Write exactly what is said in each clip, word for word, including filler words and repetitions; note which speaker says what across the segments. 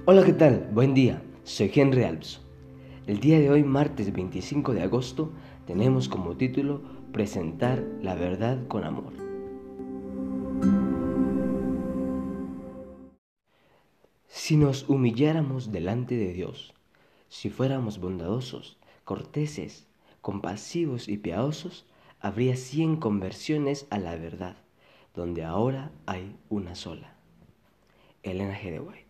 Speaker 1: Hola, ¿qué tal? Buen día, soy Henry Alves. El día de hoy, martes veinticinco de agosto, tenemos como título Presentar la verdad con amor. Si nos humilláramos delante de Dios, si fuéramos bondadosos, corteses, compasivos y piadosos, habría cien conversiones a la verdad, donde ahora hay una sola. Ellen G. de White.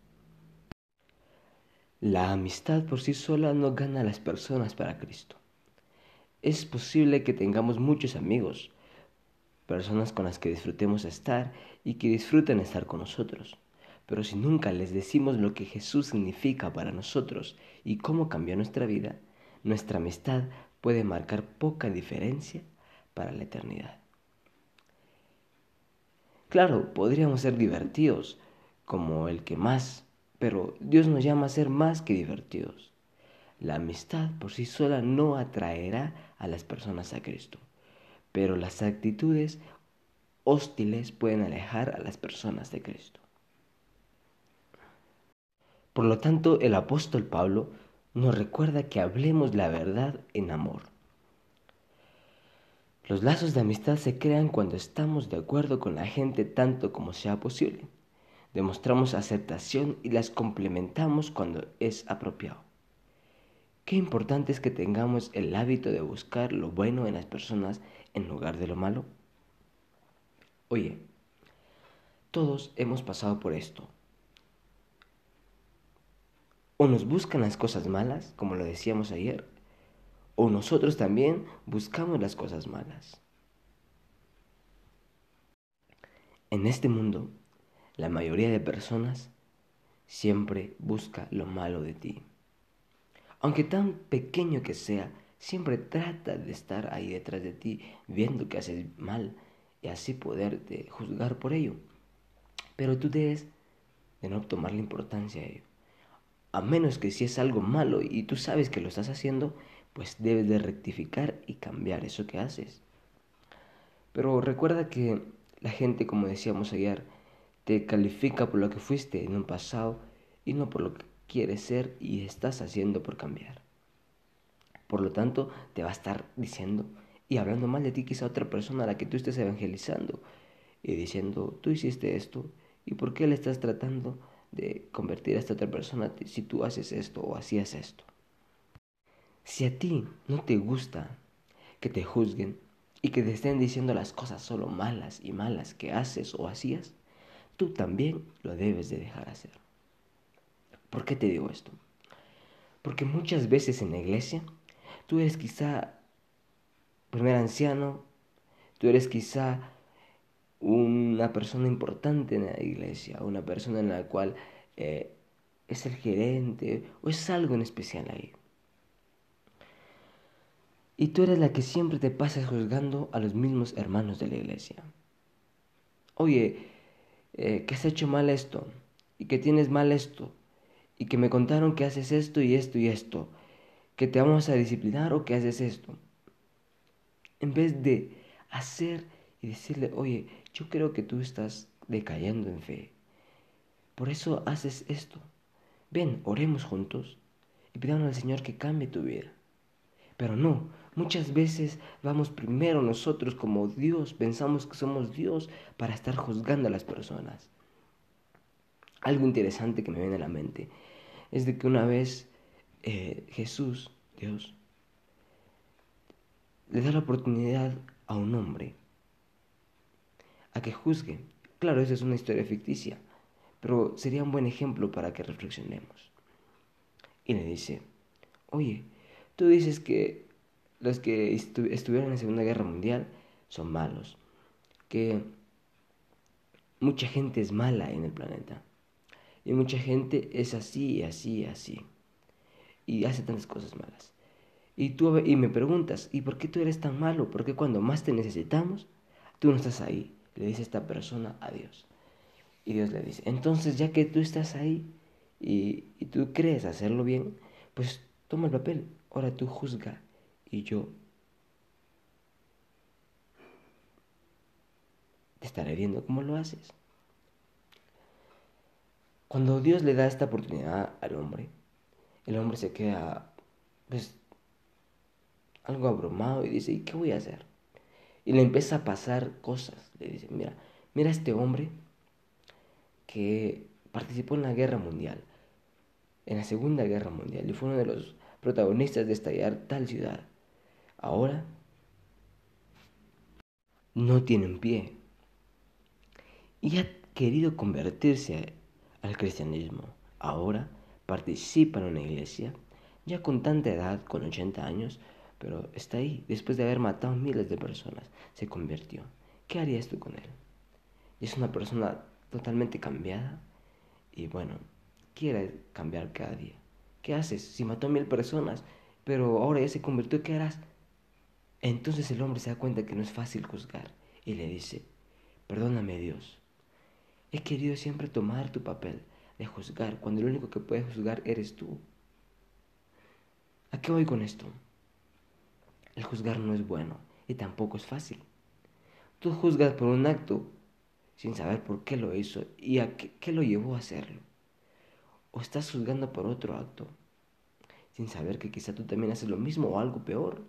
Speaker 1: La amistad por sí sola no gana a las personas para Cristo. Es posible que tengamos muchos amigos, personas con las que disfrutemos estar y que disfruten estar con nosotros. Pero si nunca les decimos lo que Jesús significa para nosotros y cómo cambió nuestra vida, nuestra amistad puede marcar poca diferencia para la eternidad. Claro, podríamos ser divertidos, como el que más, pero Dios nos llama a ser más que divertidos. La amistad por sí sola no atraerá a las personas a Cristo, pero las actitudes hostiles pueden alejar a las personas de Cristo. Por lo tanto, el apóstol Pablo nos recuerda que hablemos la verdad en amor. Los lazos de amistad se crean cuando estamos de acuerdo con la gente tanto como sea posible. Demostramos aceptación y las complementamos cuando es apropiado. Qué importante es que tengamos el hábito de buscar lo bueno en las personas en lugar de lo malo. Oye, todos hemos pasado por esto. O nos buscan las cosas malas, como lo decíamos ayer, o nosotros también buscamos las cosas malas. En este mundo, la mayoría de personas siempre busca lo malo de ti. Aunque tan pequeño que sea, siempre trata de estar ahí detrás de ti, viendo que haces mal y así poderte juzgar por ello. Pero tú debes de no tomarle importancia a ello. A menos que si es algo malo y tú sabes que lo estás haciendo, pues debes de rectificar y cambiar eso que haces. Pero recuerda que la gente, como decíamos ayer, te califica por lo que fuiste en un pasado y no por lo que quieres ser y estás haciendo por cambiar. Por lo tanto, te va a estar diciendo y hablando mal de ti quizá otra persona a la que tú estés evangelizando y diciendo, tú hiciste esto y por qué le estás tratando de convertir a esta otra persona si tú haces esto o hacías esto. Si a ti no te gusta que te juzguen y que te estén diciendo las cosas solo malas y malas que haces o hacías, tú también lo debes de dejar hacer. ¿Por qué te digo esto? Porque muchas veces en la iglesia tú eres quizá primer anciano, tú eres quizá una persona importante en la iglesia, una persona en la cual eh, es el gerente o es algo en especial ahí. Y tú eres la que siempre te pasas juzgando a los mismos hermanos de la iglesia. Oye, eh, que has hecho mal esto, y que tienes mal esto, y que me contaron que haces esto y esto y esto, que te vamos a disciplinar o que haces esto. En vez de hacer y decirle, oye, yo creo que tú estás decayendo en fe. Por eso haces esto. Ven, oremos juntos y pidamos al Señor que cambie tu vida. Pero no, muchas veces vamos primero nosotros como Dios, pensamos que somos Dios para estar juzgando a las personas. Algo interesante que me viene a la mente es de que una vez eh, Jesús, Dios, le da la oportunidad a un hombre a que juzgue. Claro, esa es una historia ficticia, pero sería un buen ejemplo para que reflexionemos. Y le dice, oye, tú dices que los que estu estuvieron en la Segunda Guerra Mundial son malos, que mucha gente es mala en el planeta, y mucha gente es así, así, así, y hace tantas cosas malas. Y tú y me preguntas, ¿y por qué tú eres tan malo? ¿Por qué cuando más te necesitamos, tú no estás ahí? Le dice esta persona a Dios. Y Dios le dice, entonces ya que tú estás ahí y, y tú crees hacerlo bien, pues toma el papel, ahora tú juzga y yo te estaré viendo cómo lo haces. Cuando Dios le da esta oportunidad al hombre, el hombre se queda pues algo abrumado y dice, ¿y qué voy a hacer? Y le empieza a pasar cosas. Le dice, mira, mira a este hombre que participó en la guerra mundial, en la Segunda Guerra Mundial, y fue uno de los protagonistas de estallar tal ciudad. Ahora no tiene un pie y ha querido convertirse al cristianismo. Ahora participa en una iglesia, ya con tanta edad, con ochenta años, pero está ahí, después de haber matado miles de personas, se convirtió. ¿Qué harías tú con él? Es una persona totalmente cambiada y bueno, quiere cambiar cada día. ¿Qué haces? Si mató a mil personas, pero ahora ya se convirtió, ¿qué harás? Entonces el hombre se da cuenta que no es fácil juzgar y le dice, perdóname Dios, he querido siempre tomar tu papel de juzgar cuando el único que puede juzgar eres tú. ¿A qué voy con esto? El juzgar no es bueno y tampoco es fácil. Tú juzgas por un acto sin saber por qué lo hizo y a qué, qué lo llevó a hacerlo. O estás juzgando por otro acto sin saber que quizá tú también haces lo mismo o algo peor.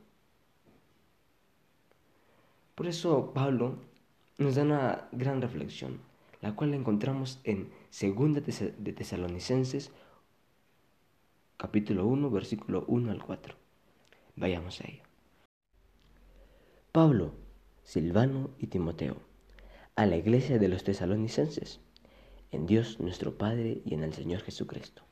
Speaker 1: Por eso Pablo nos da una gran reflexión, la cual la encontramos en Segunda de Tesalonicenses, capítulo uno, versículo uno al cuatro. Vayamos a ello. Pablo, Silvano y Timoteo, a la iglesia de los tesalonicenses, en Dios nuestro Padre y en el Señor Jesucristo.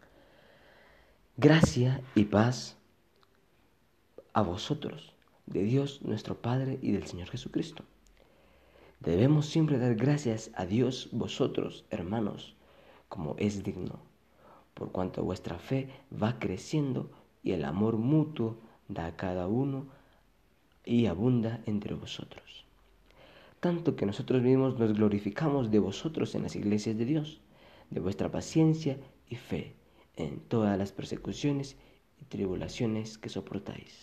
Speaker 1: Gracia y paz a vosotros, de Dios nuestro Padre y del Señor Jesucristo. Debemos siempre dar gracias a Dios vosotros, hermanos, como es digno, por cuanto vuestra fe va creciendo y el amor mutuo da a cada uno y abunda entre vosotros. Tanto que nosotros mismos nos glorificamos de vosotros en las iglesias de Dios, de vuestra paciencia y fe en todas las persecuciones y tribulaciones que soportáis.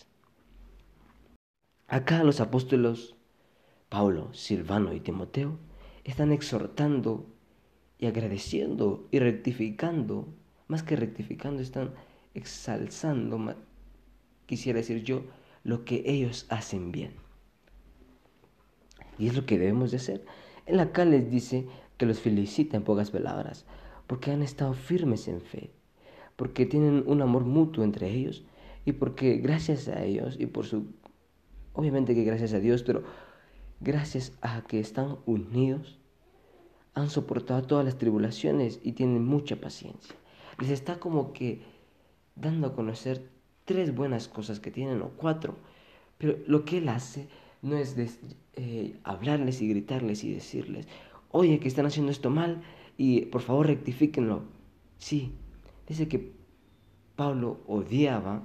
Speaker 1: Acá los apóstolos Pablo, Silvano y Timoteo están exhortando y agradeciendo y rectificando, más que rectificando, están exalzando, quisiera decir yo, lo que ellos hacen bien. Y es lo que debemos de hacer. Él acá les dice que los felicita en pocas palabras, porque han estado firmes en fe, porque tienen un amor mutuo entre ellos y porque gracias a ellos y por su, obviamente que gracias a Dios, pero gracias a que están unidos, han soportado todas las tribulaciones y tienen mucha paciencia. Les está como que dando a conocer tres buenas cosas que tienen o cuatro, pero lo que él hace no es de, eh, hablarles y gritarles y decirles, oye, que están haciendo esto mal y por favor rectifíquenlo. Sí, dice que Pablo odiaba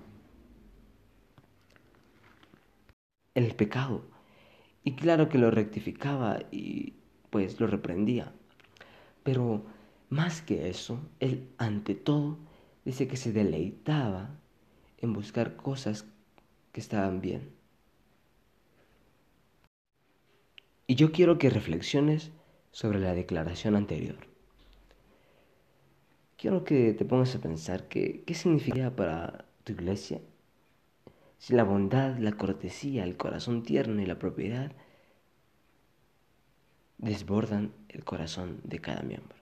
Speaker 1: el pecado y claro que lo rectificaba y pues lo reprendía. Pero más que eso, él ante todo dice que se deleitaba en buscar cosas que estaban bien. Y yo quiero que reflexiones sobre la declaración anterior. Quiero que te pongas a pensar que, qué significa para tu iglesia si la bondad, la cortesía, el corazón tierno y la propiedad desbordan el corazón de cada miembro.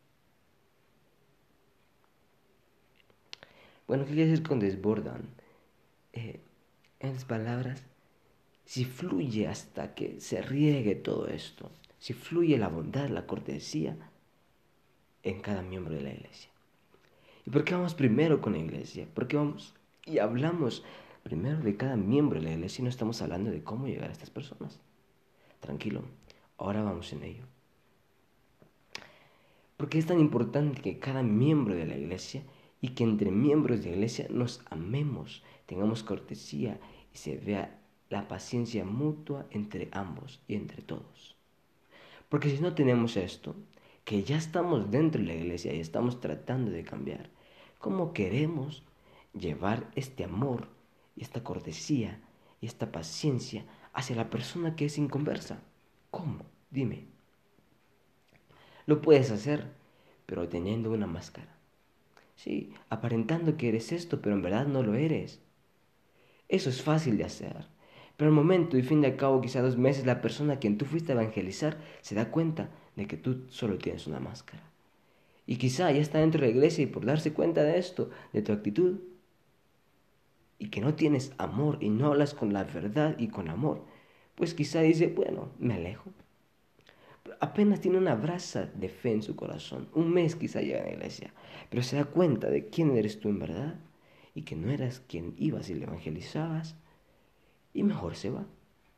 Speaker 1: Bueno, ¿qué quiere decir con desbordan? Eh, en las palabras, si fluye hasta que se riegue todo esto, si fluye la bondad, la cortesía en cada miembro de la iglesia. ¿Y por qué vamos primero con la iglesia? ¿Por qué vamos y hablamos primero de cada miembro de la iglesia y no estamos hablando de cómo llegar a estas personas? Tranquilo, ahora vamos en ello. ¿Por qué es tan importante que cada miembro de la iglesia y que entre miembros de la iglesia nos amemos, tengamos cortesía y se vea la paciencia mutua entre ambos y entre todos? Porque si no tenemos esto, que ya estamos dentro de la iglesia y estamos tratando de cambiar, ¿cómo queremos llevar este amor y esta cortesía y esta paciencia hacia la persona que es inconversa? ¿Cómo? Dime. Lo puedes hacer, pero teniendo una máscara. Sí, aparentando que eres esto, pero en verdad no lo eres. Eso es fácil de hacer. Pero al momento y fin de al cabo, quizá dos meses, la persona a quien tú fuiste a evangelizar se da cuenta de que tú solo tienes una máscara. Y quizá ya está dentro de la iglesia y por darse cuenta de esto, de tu actitud, y que no tienes amor y no hablas con la verdad y con amor, pues quizá dice, bueno, me alejo. Apenas tiene una brasa de fe en su corazón, un mes quizá llega a la iglesia, pero se da cuenta de quién eres tú en verdad y que no eras quien ibas y le evangelizabas, y mejor se va.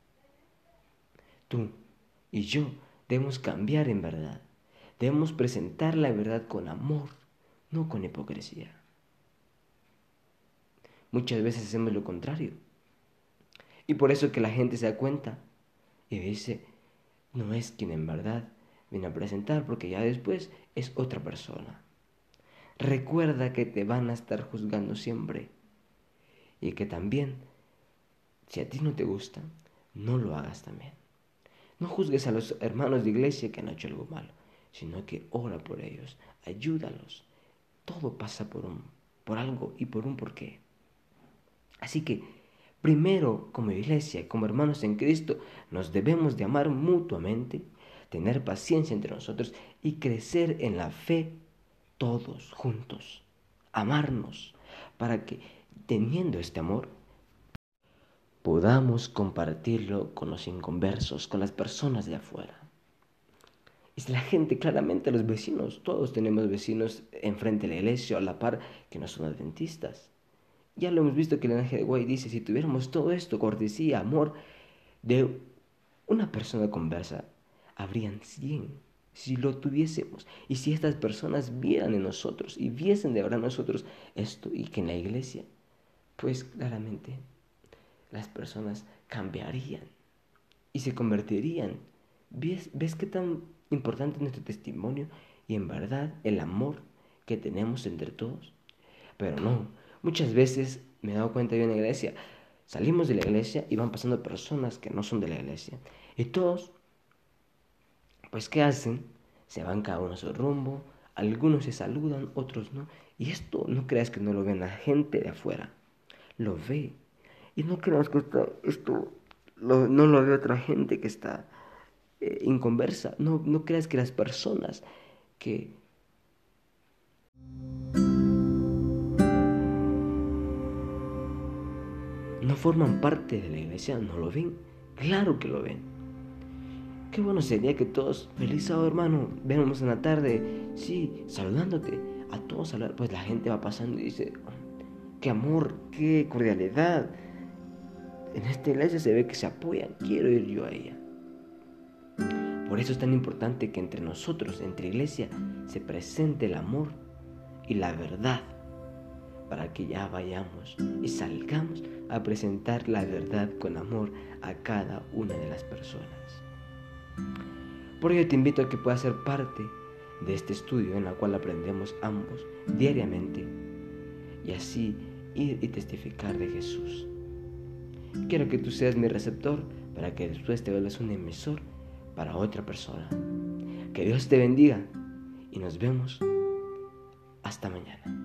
Speaker 1: Tú y yo debemos cambiar en verdad, debemos presentar la verdad con amor, no con hipocresía. Muchas veces hacemos lo contrario, y por eso que la gente se da cuenta y dice, no es quien en verdad viene a presentar, porque ya después es otra persona. Recuerda que te van a estar juzgando siempre y que también, si a ti no te gusta, no lo hagas también. No juzgues a los hermanos de iglesia que han hecho algo malo, sino que ora por ellos, ayúdalos. Todo pasa por un, por algo y por un porqué. Así que, primero, como iglesia, como hermanos en Cristo, nos debemos de amar mutuamente, tener paciencia entre nosotros y crecer en la fe todos juntos. Amarnos para que, teniendo este amor, podamos compartirlo con los inconversos, con las personas de afuera. Es la gente, claramente los vecinos, todos tenemos vecinos enfrente de la iglesia o a la par que no son adventistas. Ya lo hemos visto que el ángel de Guay dice, si tuviéramos todo esto, cortesía, amor, de una persona conversa, habrían cien. Si lo tuviésemos, y si estas personas vieran en nosotros y viesen de verdad en nosotros esto, y que en la iglesia, pues claramente las personas cambiarían y se convertirían. ¿Ves, ves qué tan importante es nuestro testimonio y en verdad el amor que tenemos entre todos? Pero no, muchas veces me he dado cuenta yo en la iglesia, salimos de la iglesia y van pasando personas que no son de la iglesia. Y todos, pues ¿qué hacen? Se van cada uno a su rumbo, algunos se saludan, otros no. Y esto no creas que no lo ven la gente de afuera, lo ve. Y no creas que esto, esto lo, no lo ve otra gente que está eh, inconversa. No, no creas que las personas que no forman parte de la iglesia no lo ven. Claro que lo ven. Qué bueno sería que todos, feliz sábado hermano, vemos en la tarde, sí, saludándote, a todos saludar. Pues la gente va pasando y dice, qué amor, qué cordialidad. En esta iglesia se ve que se apoyan, quiero ir yo a ella. Por eso es tan importante que entre nosotros, entre iglesia, se presente el amor y la verdad, para que ya vayamos y salgamos a presentar la verdad con amor a cada una de las personas. Por ello te invito a que puedas ser parte de este estudio en el cual aprendemos ambos diariamente y así ir y testificar de Jesús. Quiero que tú seas mi receptor para que después te vuelvas un emisor para otra persona. Que Dios te bendiga y nos vemos hasta mañana.